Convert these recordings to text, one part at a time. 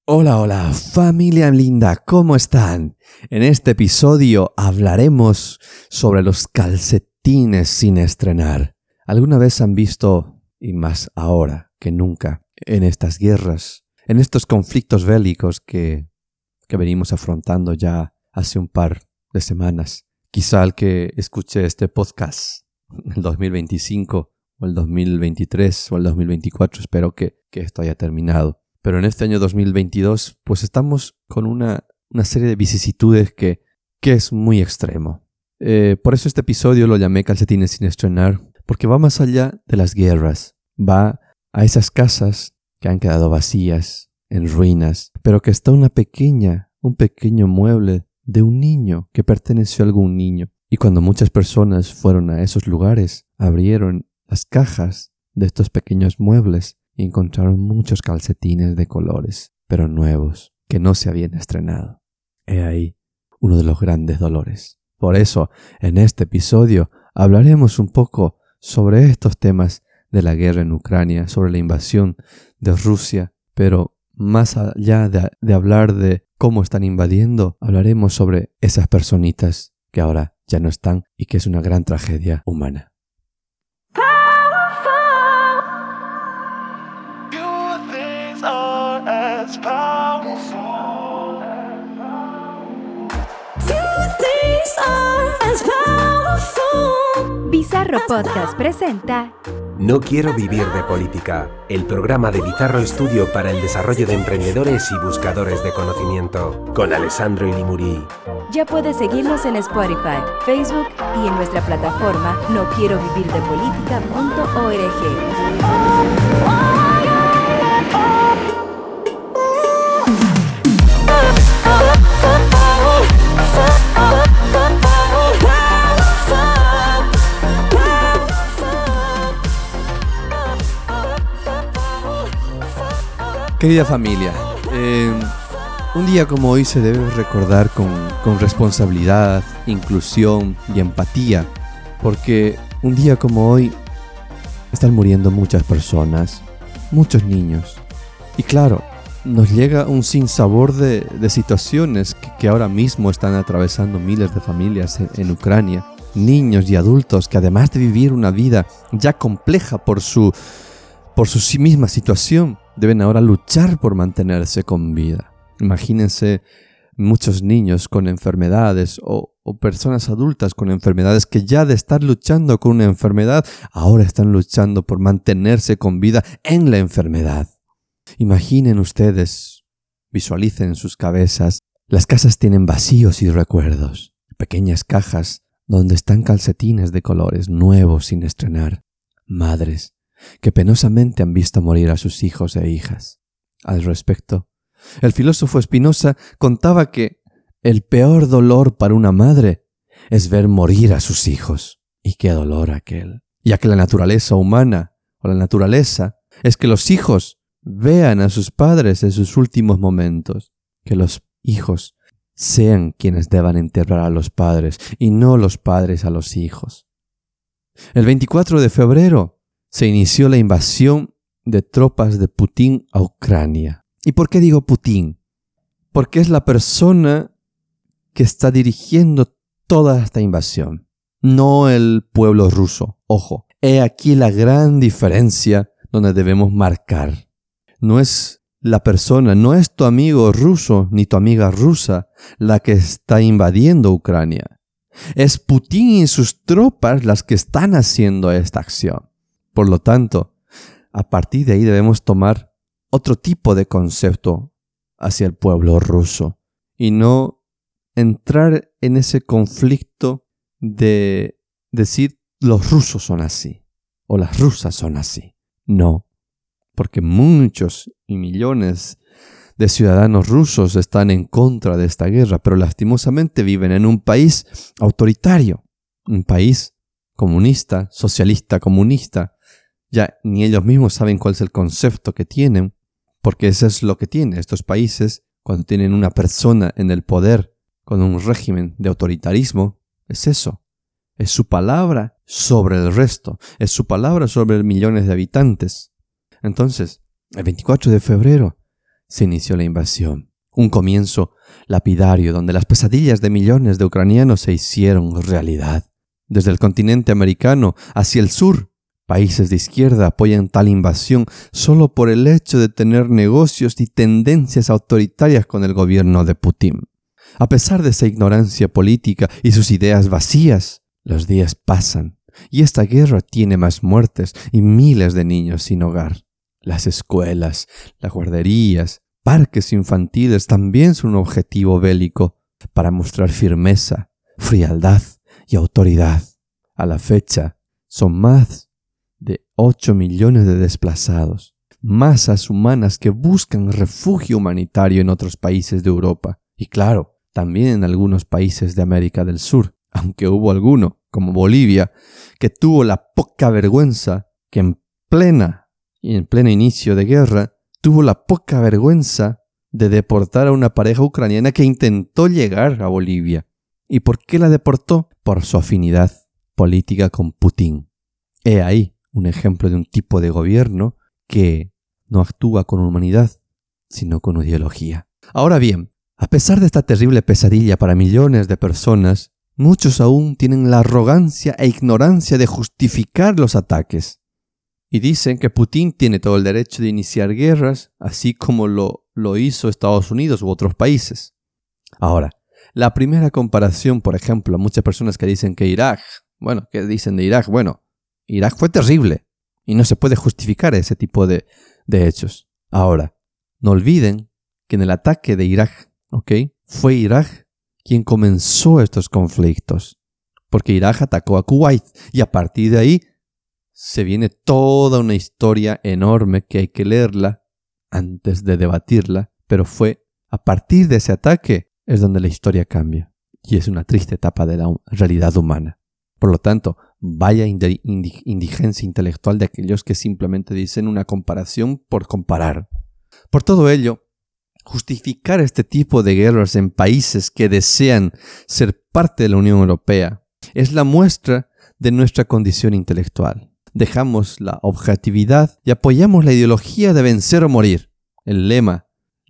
Hola, hola, familia linda, ¿cómo están? En este episodio hablaremos sobre los calcetines sin estrenar. ¿Alguna vez han visto, y más ahora que nunca, en estas guerras, en estos conflictos bélicos que venimos afrontando ya hace un par de semanas? Quizá el que escuche este podcast en el 2025 o el 2023 o el 2024, espero que esto haya terminado. Pero en este año 2022, pues estamos con una serie de vicisitudes que es muy extremo. Por eso este episodio lo llamé Calcetines sin estrenar, porque va más allá de las guerras. Va a esas casas que han quedado vacías, en ruinas, pero que está un pequeño mueble de un niño que perteneció a algún niño. Y cuando muchas personas fueron a esos lugares, abrieron las cajas de estos pequeños muebles y encontraron muchos calcetines de colores, pero nuevos, que no se habían estrenado. He ahí uno de los grandes dolores. Por eso, en este episodio, hablaremos un poco sobre estos temas de la guerra en Ucrania, sobre la invasión de Rusia, pero más allá de hablar de cómo están invadiendo, hablaremos sobre esas personitas que ahora ya no están y que es una gran tragedia humana. Bizarro Podcast presenta No quiero vivir de política, el programa de Bizarro Estudio para el desarrollo de emprendedores y buscadores de conocimiento, con Alessandro Ilimuri. Ya puedes seguirnos en Spotify, Facebook y en nuestra plataforma noquierovivirdepolitica.org. Querida familia, un día como hoy se debe recordar con responsabilidad, inclusión y empatía, porque un día como hoy están muriendo muchas personas, muchos niños. Y claro, nos llega un sinsabor de situaciones que ahora mismo están atravesando miles de familias en Ucrania, niños y adultos que además de vivir una vida ya compleja por su misma situación, deben ahora luchar por mantenerse con vida. Imagínense muchos niños con enfermedades o personas adultas con enfermedades que ya de estar luchando con una enfermedad, ahora están luchando por mantenerse con vida en la enfermedad. Imaginen ustedes, visualicen en sus cabezas, las casas tienen vacíos y recuerdos, pequeñas cajas donde están calcetines de colores nuevos sin estrenar, madres que penosamente han visto morir a sus hijos e hijas. Al respecto, el filósofo Spinoza contaba que el peor dolor para una madre es ver morir a sus hijos. Y qué dolor aquel. Ya que la naturaleza humana, o la naturaleza, es que los hijos vean a sus padres en sus últimos momentos, que los hijos sean quienes deban enterrar a los padres y no los padres a los hijos. El 24 de febrero se inició la invasión de tropas de Putin a Ucrania. ¿Y por qué digo Putin? Porque es la persona que está dirigiendo toda esta invasión, no el pueblo ruso. Ojo, he aquí la gran diferencia donde debemos marcar. No es la persona, no es tu amigo ruso ni tu amiga rusa la que está invadiendo Ucrania. Es Putin y sus tropas las que están haciendo esta acción. Por lo tanto, a partir de ahí debemos tomar otro tipo de concepto hacia el pueblo ruso y no entrar en ese conflicto de decir los rusos son así o las rusas son así. No, porque muchos y millones de ciudadanos rusos están en contra de esta guerra, pero lastimosamente viven en un país autoritario, un país comunista, socialista, comunista. Ya ni ellos mismos saben cuál es el concepto que tienen, porque eso es lo que tienen estos países cuando tienen una persona en el poder con un régimen de autoritarismo. Es eso, es su palabra sobre el resto, es su palabra sobre millones de habitantes. Entonces, el 24 de febrero se inició la invasión. Un comienzo lapidario donde las pesadillas de millones de ucranianos se hicieron realidad. Desde el continente americano hacia el sur, países de izquierda apoyan tal invasión solo por el hecho de tener negocios y tendencias autoritarias con el gobierno de Putin. A pesar de esa ignorancia política y sus ideas vacías, los días pasan y esta guerra tiene más muertes y miles de niños sin hogar. Las escuelas, las guarderías, parques infantiles también son un objetivo bélico para mostrar firmeza, frialdad y autoridad. A la fecha, son más de 8 millones de desplazados, masas humanas que buscan refugio humanitario en otros países de Europa y claro, también en algunos países de América del Sur, aunque hubo alguno, como Bolivia, que tuvo la poca vergüenza que en pleno inicio de guerra, tuvo la poca vergüenza de deportar a una pareja ucraniana que intentó llegar a Bolivia. ¿Y por qué la deportó? Por su afinidad política con Putin. He ahí un ejemplo de un tipo de gobierno que no actúa con humanidad, sino con ideología. Ahora bien, a pesar de esta terrible pesadilla para millones de personas, muchos aún tienen la arrogancia e ignorancia de justificar los ataques. Y dicen que Putin tiene todo el derecho de iniciar guerras, así como lo hizo Estados Unidos u otros países. Ahora, la primera comparación, por ejemplo, a muchas personas que dicen que Irak, ¿qué dicen de Irak? Bueno, Irak fue terrible y no se puede justificar ese tipo de hechos. Ahora, no olviden que en el ataque de Irak, fue Irak quien comenzó estos conflictos, porque Irak atacó a Kuwait y a partir de ahí se viene toda una historia enorme que hay que leerla antes de debatirla, pero fue a partir de ese ataque es donde la historia cambia y es una triste etapa de la realidad humana. Por lo tanto, vaya indigencia intelectual de aquellos que simplemente dicen una comparación por comparar. Por todo ello, justificar este tipo de guerras en países que desean ser parte de la Unión Europea es la muestra de nuestra condición intelectual. Dejamos la objetividad y apoyamos la ideología de vencer o morir. El lema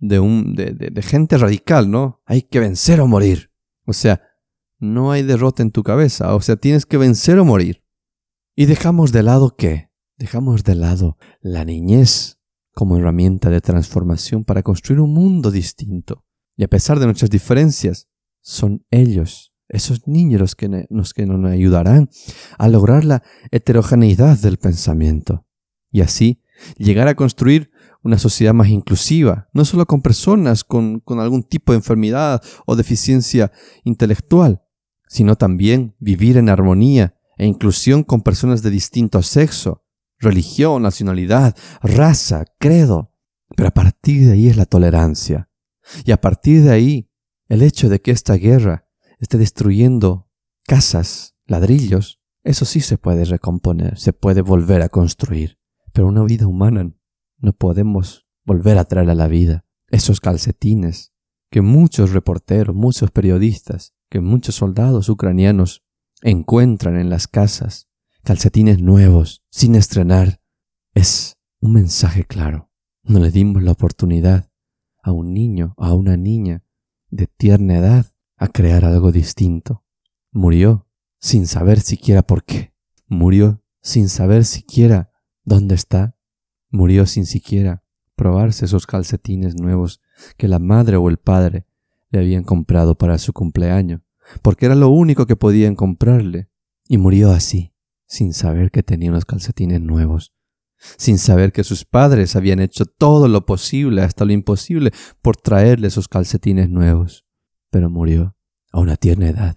de gente radical, ¿no? Hay que vencer o morir. O sea, no hay derrota en tu cabeza. O sea, tienes que vencer o morir. ¿Y dejamos de lado qué? Dejamos de lado la niñez como herramienta de transformación para construir un mundo distinto. Y a pesar de nuestras diferencias, son ellos, esos niños los que nos ayudarán a lograr la heterogeneidad del pensamiento. Y así, llegar a construir una sociedad más inclusiva, no solo con personas con algún tipo de enfermedad o deficiencia intelectual, sino también vivir en armonía e inclusión con personas de distinto sexo, religión, nacionalidad, raza, credo. Pero a partir de ahí es la tolerancia. Y a partir de ahí, el hecho de que esta guerra esté destruyendo casas, ladrillos, eso sí se puede recomponer, se puede volver a construir. Pero una vida humana no podemos volver a traer a la vida. Esos calcetines que muchos reporteros, muchos periodistas, que muchos soldados ucranianos encuentran en las casas, calcetines nuevos, sin estrenar, es un mensaje claro. No le dimos la oportunidad a un niño, a una niña de tierna edad a crear algo distinto. Murió sin saber siquiera por qué. Murió sin saber siquiera dónde está. Murió sin siquiera probarse esos calcetines nuevos que la madre o el padre le habían comprado para su cumpleaños, porque era lo único que podían comprarle. Y murió así, sin saber que tenía unos calcetines nuevos, sin saber que sus padres habían hecho todo lo posible, hasta lo imposible, por traerle esos calcetines nuevos. Pero murió a una tierna edad.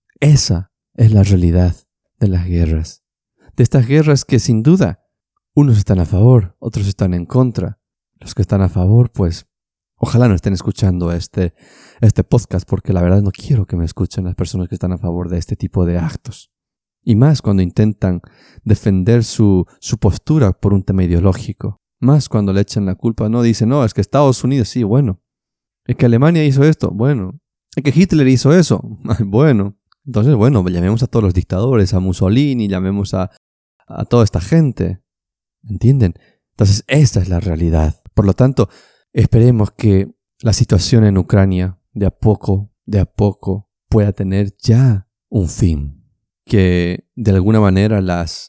Esa es la realidad de las guerras. De estas guerras que sin duda, unos están a favor, otros están en contra. Los que están a favor, pues, ojalá no estén escuchando este podcast, porque la verdad no quiero que me escuchen las personas que están a favor de este tipo de actos. Y más cuando intentan defender su postura por un tema ideológico. Más cuando le echan la culpa, no, dicen, no, es que Estados Unidos, sí, bueno. Es que Alemania hizo esto, bueno. Es que Hitler hizo eso, bueno. Entonces, bueno, llamemos a todos los dictadores, a Mussolini, llamemos a toda esta gente. ¿Entienden? Entonces, esta es la realidad. Por lo tanto, Esperemos que la situación en Ucrania de a poco pueda tener ya un fin. Que de alguna manera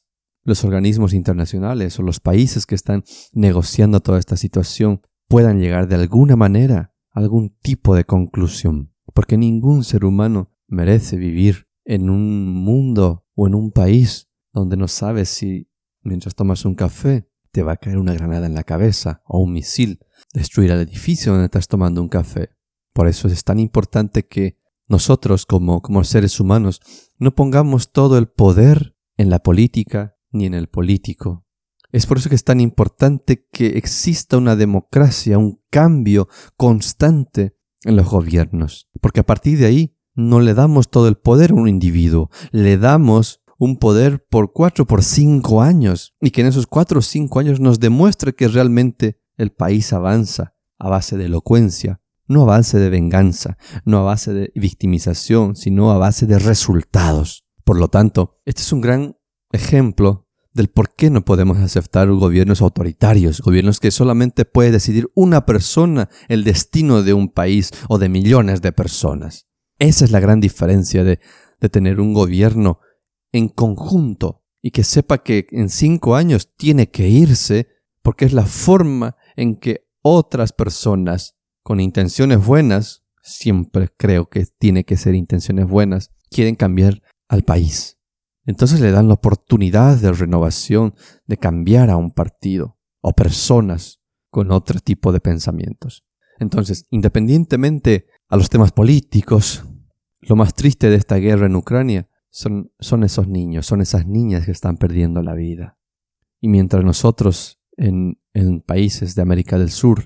los organismos internacionales o los países que están negociando toda esta situación puedan llegar de alguna manera a algún tipo de conclusión. Porque ningún ser humano merece vivir en un mundo o en un país donde no sabes si mientras tomas un café te va a caer una granada en la cabeza o un misil destruir el edificio donde estás tomando un café. Por eso es tan importante que nosotros como seres humanos no pongamos todo el poder en la política ni en el político. Es por eso que es tan importante que exista una democracia, un cambio constante en los gobiernos. Porque a partir de ahí no le damos todo el poder a un individuo, le damos un poder por 4 por 5 años y que en esos 4 o 5 años nos demuestre que realmente el país avanza a base de elocuencia, no a base de venganza, no a base de victimización, sino a base de resultados. Por lo tanto, este es un gran ejemplo del por qué no podemos aceptar gobiernos autoritarios, gobiernos que solamente puede decidir una persona el destino de un país o de millones de personas. Esa es la gran diferencia de tener un gobierno en conjunto y que sepa que en 5 años tiene que irse porque es la forma en que otras personas con intenciones buenas, siempre creo que tiene que ser intenciones buenas, quieren cambiar al país. Entonces le dan la oportunidad de renovación, de cambiar a un partido o personas con otro tipo de pensamientos. Entonces, independientemente a los temas políticos, lo más triste de esta guerra en Ucrania son esos niños, son esas niñas que están perdiendo la vida. Y mientras nosotros en países de América del Sur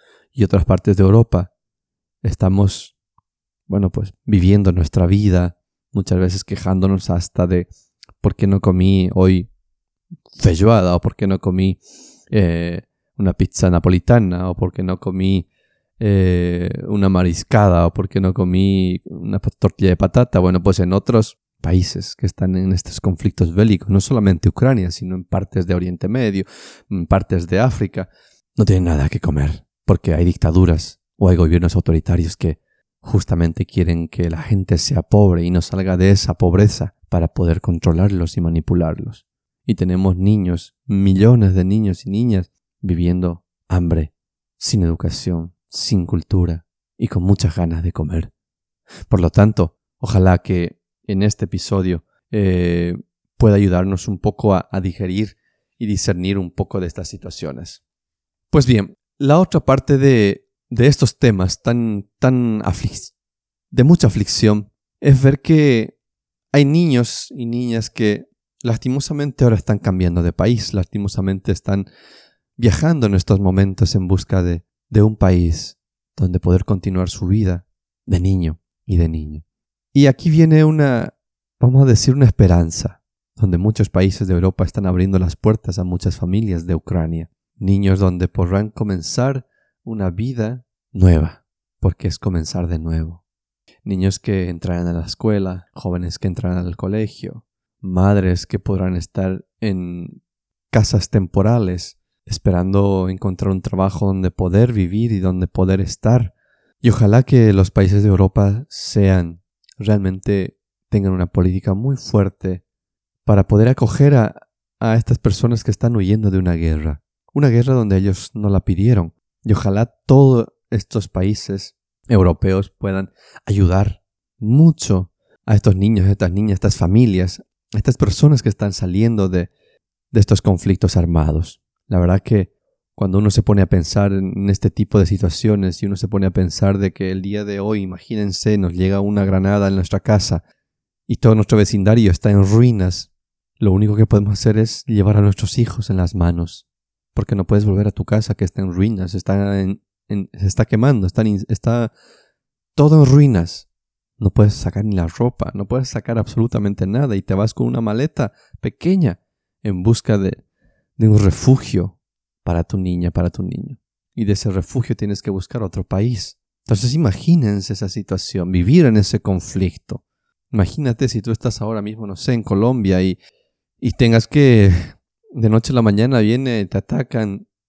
y otras partes de Europa estamos, viviendo nuestra vida, muchas veces quejándonos hasta de por qué no comí hoy feijoada o por qué no comí una pizza napolitana o por qué no comí una mariscada o por qué no comí una tortilla de patata. Bueno, pues en otros países que están en estos conflictos bélicos, no solamente Ucrania, sino en partes de Oriente Medio, en partes de África, no tienen nada que comer porque hay dictaduras o hay gobiernos autoritarios que justamente quieren que la gente sea pobre y no salga de esa pobreza para poder controlarlos y manipularlos. Y tenemos niños, millones de niños y niñas viviendo hambre, sin educación, sin cultura y con muchas ganas de comer. Por lo tanto, ojalá que en este episodio pueda ayudarnos un poco a digerir y discernir un poco de estas situaciones. Pues bien, la otra parte de estos temas de mucha aflicción es ver que hay niños y niñas que lastimosamente ahora están cambiando de país, lastimosamente están viajando en estos momentos en busca de un país donde poder continuar su vida de niño y de niña. Y aquí viene una esperanza, donde muchos países de Europa están abriendo las puertas a muchas familias de Ucrania. Niños donde podrán comenzar una vida nueva, porque es comenzar de nuevo. Niños que entrarán a la escuela, jóvenes que entrarán al colegio, madres que podrán estar en casas temporales, esperando encontrar un trabajo donde poder vivir y donde poder estar. Y ojalá que los países de Europa realmente tengan una política muy fuerte para poder acoger a estas personas que están huyendo de una guerra donde ellos no la pidieron. Y ojalá todos estos países europeos puedan ayudar mucho a estos niños, a estas niñas, a estas familias, a estas personas que están saliendo de estos conflictos armados. La verdad que cuando uno se pone a pensar en este tipo de situaciones y uno se pone a pensar de que el día de hoy, imagínense, nos llega una granada en nuestra casa y todo nuestro vecindario está en ruinas, lo único que podemos hacer es llevar a nuestros hijos en las manos. Porque no puedes volver a tu casa que está en ruinas, se está quemando, está todo en ruinas. No puedes sacar ni la ropa, no puedes sacar absolutamente nada y te vas con una maleta pequeña en busca de un refugio para tu niña, para tu niño. Y de ese refugio tienes que buscar otro país. Entonces imagínense esa situación, vivir en ese conflicto. Imagínate si tú estás ahora mismo, no sé, en Colombia y tengas que... De noche a la mañana te atacan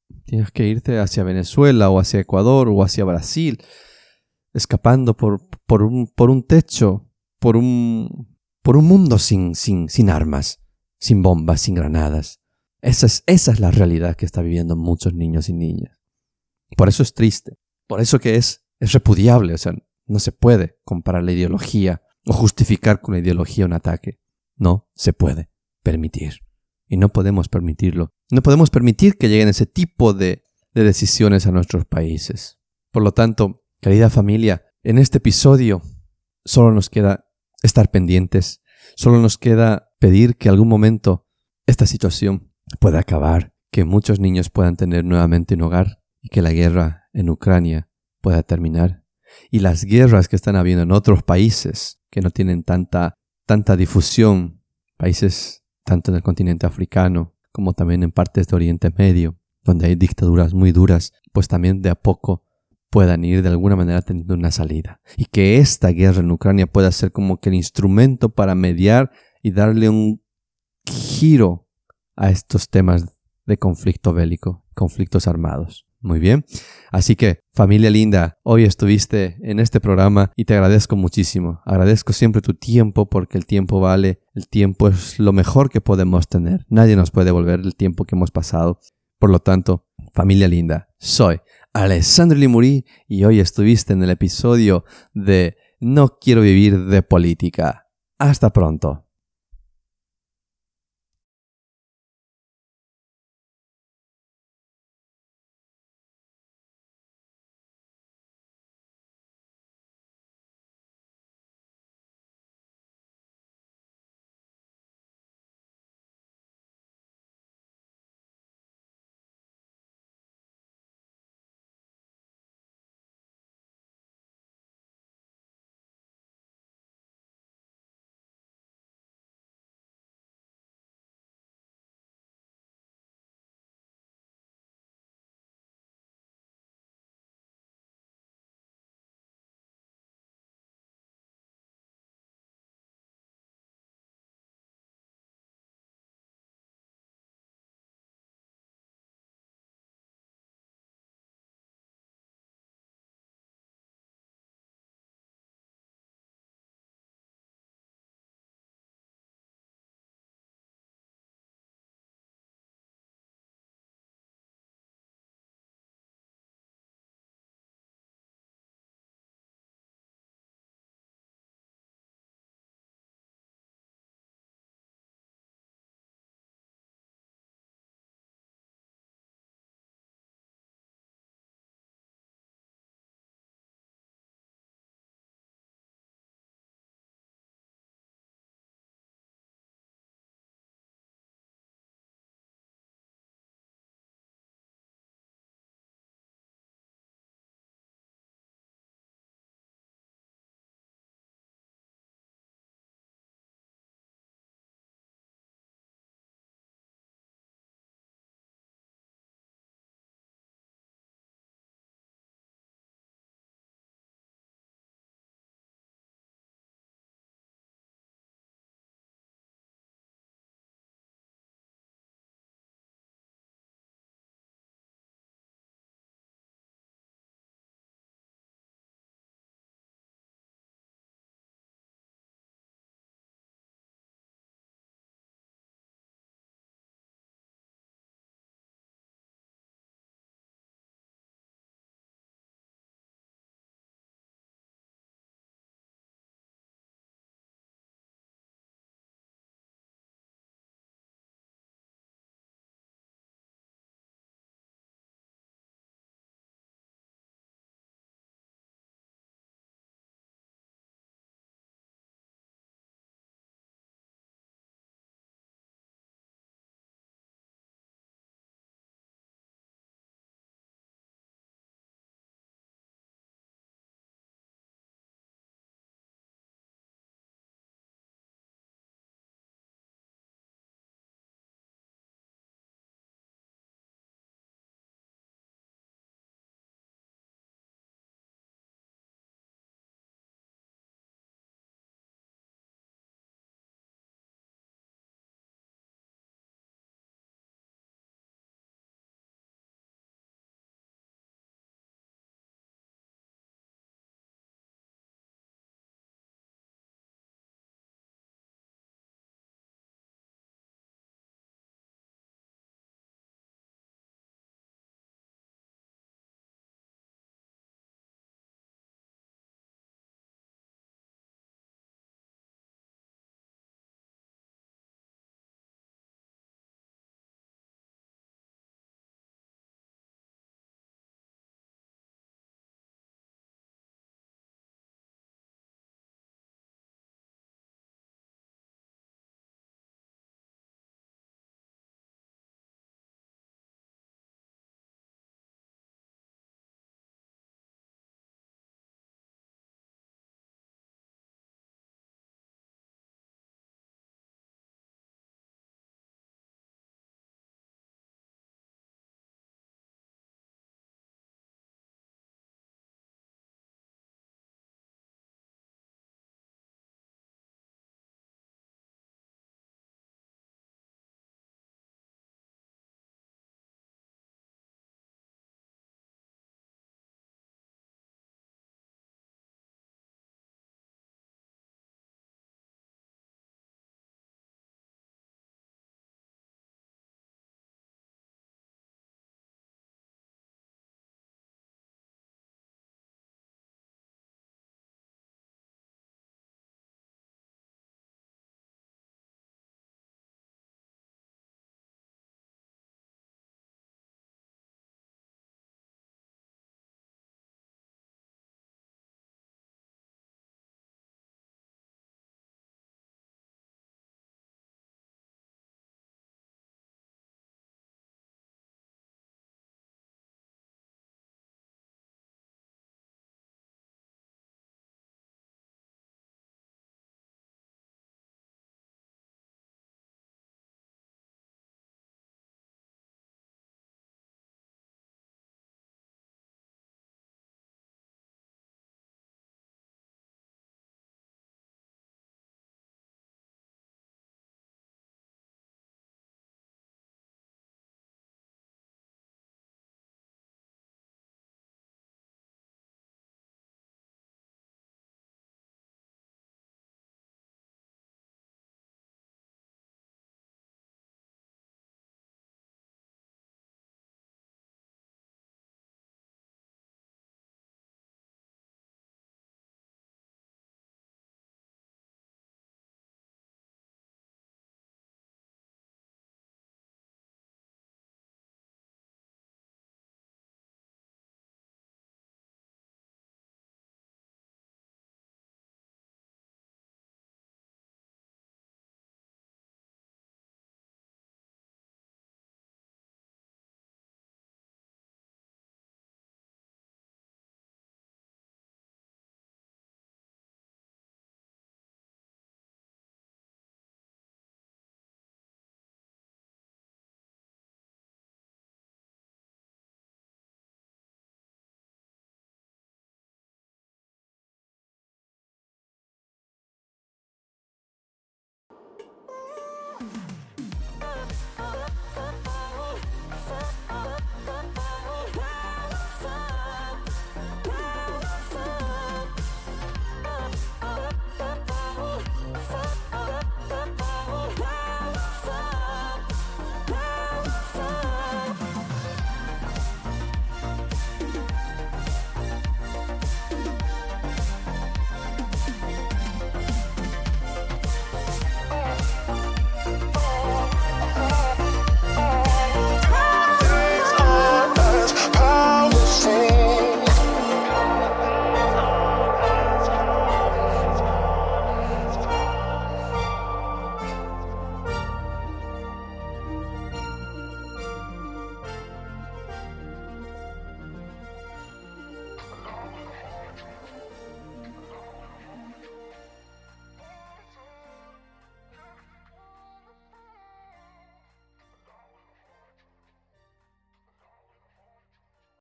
Tienes que irte hacia Venezuela o hacia Ecuador o hacia Brasil, escapando por un techo, por un mundo sin armas, sin bombas, sin granadas. Esa es la realidad que está viviendo muchos niños y niñas. Por eso es triste. Por eso que es repudiable. O sea, no se puede comparar la ideología o justificar con la ideología un ataque. No se puede permitir. Y no podemos permitirlo. No podemos permitir que lleguen ese tipo de decisiones a nuestros países. Por lo tanto, querida familia, en este episodio solo nos queda estar pendientes. Solo nos queda pedir que algún momento esta situación pueda acabar, que muchos niños puedan tener nuevamente un hogar y que la guerra en Ucrania pueda terminar. Y las guerras que están habiendo en otros países que no tienen tanta difusión, países tanto en el continente africano como también en partes de Oriente Medio, donde hay dictaduras muy duras, pues también de a poco puedan ir de alguna manera teniendo una salida. Y que esta guerra en Ucrania pueda ser como que el instrumento para mediar y darle un giro a estos temas de conflicto bélico, conflictos armados. Muy bien. Así que, familia linda, hoy estuviste en este programa y te agradezco muchísimo. Agradezco siempre tu tiempo porque el tiempo vale, el tiempo es lo mejor que podemos tener. Nadie nos puede devolver el tiempo que hemos pasado. Por lo tanto, familia linda, soy Alessandro Limuri y hoy estuviste en el episodio de No quiero vivir de política. Hasta pronto.